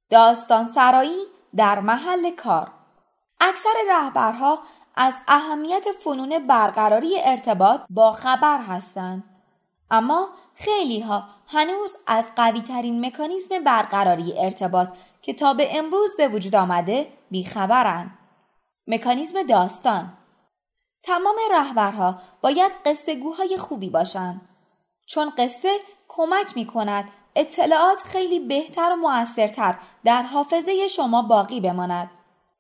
داستان سرایی در محل کار. اکثر رهبرها از اهمیت فنون برقراری ارتباط با خبر هستند، اما خیلی ها هنوز از قوی ترین مکانیزم برقراری ارتباط که تا به امروز به وجود آمده بیخبرند. مکانیزم داستان. تمام رهبرها باید قصه گوهای خوبی باشند، چون قصه کمک می کند اطلاعات خیلی بهتر و مؤثرتر در حافظه شما باقی بماند.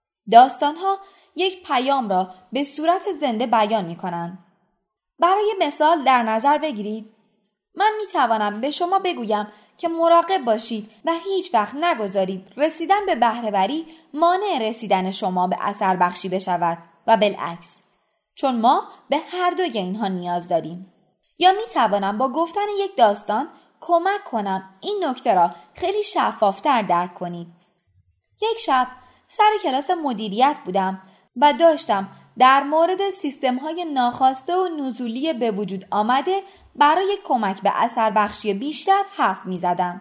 داستانها یک پیام را به صورت زنده بیان می کنند. برای مثال در نظر بگیرید، من می توانم به شما بگویم که مراقب باشید و هیچ وقت نگذارید رسیدن به بهره‌وری مانع رسیدن شما به اثر بخشی بشود و بالعکس، چون ما به هر دوی اینها نیاز داریم. یا می توانم با گفتن یک داستان کمک کنم این نکته را خیلی شفافتر درک کنید. یک شب سر کلاس مدیریت بودم و داشتم در مورد سیستم‌های ناخواسته و نزولی به وجود آمده برای کمک به اثر بخشی بیشتر حرف می‌زدم.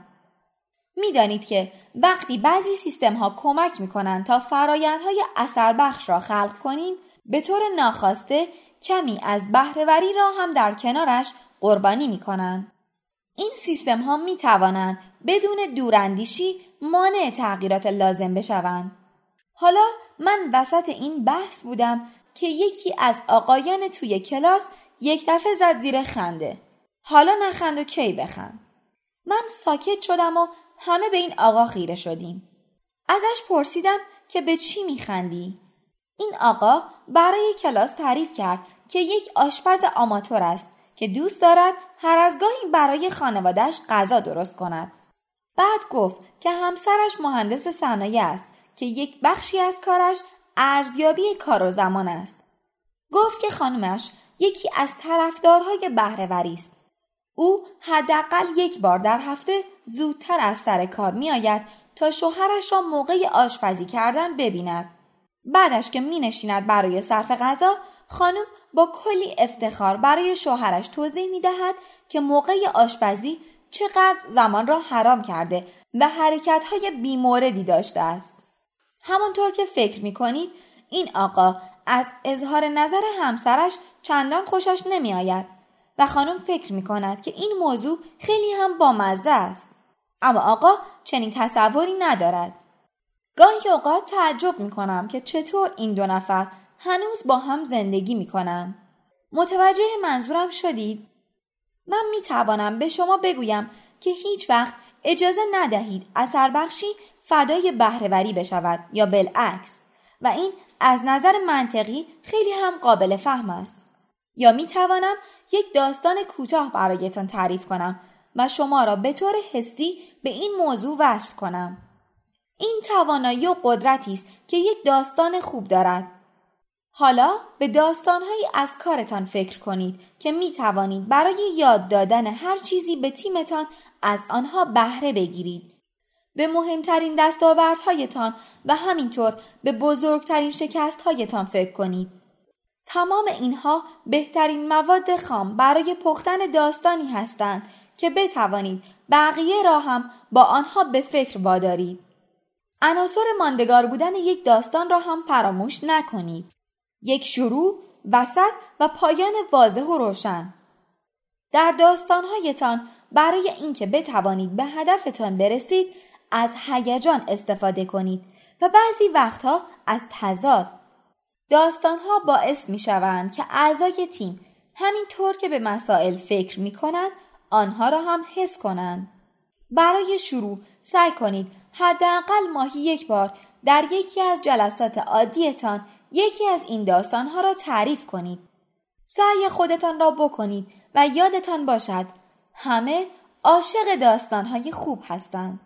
می‌دانید که وقتی بعضی سیستم‌ها کمک می‌کنند تا فرآیندهای اثر بخش را خلق کنیم، به طور ناخواسته کمی از بهره‌وری را هم در کنارش قربانی می‌کنند. این سیستم‌ها می‌توانند بدون دوراندیشی مانع تغییرات لازم بشوند. حالا من وسط این بحث بودم که یکی از آقایان توی کلاس یک دفعه زد زیر خنده. حالا نخند و کی بخند. من ساکت شدم و همه به این آقا خیره شدیم. ازش پرسیدم که به چی میخندی؟ این آقا برای کلاس تعریف کرد که یک آشپز آماتور است که دوست دارد هر از گاهی برای خانواده‌اش غذا درست کند. بعد گفت که همسرش مهندس صنایع است که یک بخشی از کارش ارزیابی کار و زمان است. گفت که خانمش یکی از طرفدارهای بهره‌وری است. او حداقل یک بار در هفته زودتر از سر کار می آید تا شوهرش را موقع آشپزی کردن ببیند. بعدش که می نشیند برای صرف غذا، خانم با کلی افتخار برای شوهرش توضیح می دهد که موقع آشپزی چقدر زمان را حرام کرده و حرکت‌های بی‌موردی داشته است. همانطور که فکر می کنید این آقا از اظهار نظر همسرش چندان خوشش نمی آید و خانم فکر می کند که این موضوع خیلی هم بامزه است. اما آقا چنین تصوری ندارد. گاهی اوقات تعجب می کنم که چطور این دو نفر هنوز با هم زندگی می کنند. متوجه منظورم شدید؟ من می توانم به شما بگویم که هیچ وقت اجازه ندهید اثر بخشی فدای بهره‌وری بشود یا بالعکس، و این از نظر منطقی خیلی هم قابل فهم است. یا می توانم یک داستان کوتاه برایتان تعریف کنم و شما را به طور حسی به این موضوع وصل کنم. این توانایی و قدرتی است که یک داستان خوب دارد. حالا به داستان‌هایی از کارتان فکر کنید که می توانید برای یاد دادن هر چیزی به تیمتان از آنها بهره بگیرید. به مهمترین دستاوردهایتان و همینطور به بزرگترین شکستهایتان فکر کنید. تمام اینها بهترین مواد خام برای پختن داستانی هستند که بتوانید بقیه را هم با آنها به فکر وادارید. عناصر ماندگار بودن یک داستان را هم فراموش نکنید. یک شروع، وسط و پایان واضح و روشن. در داستانهایتان برای اینکه بتوانید به هدفتان برسید از هیجان استفاده کنید و بعضی وقتها از تضاد. داستانها باعث می شوند که اعضای تیم همینطور که به مسائل فکر می کنند آنها را هم حس کنند. برای شروع سعی کنید حداقل ماهی یک بار در یکی از جلسات عادیتان یکی از این داستانها را تعریف کنید. سعی خودتان را بکنید و یادتان باشد همه عاشق داستانهای خوب هستند.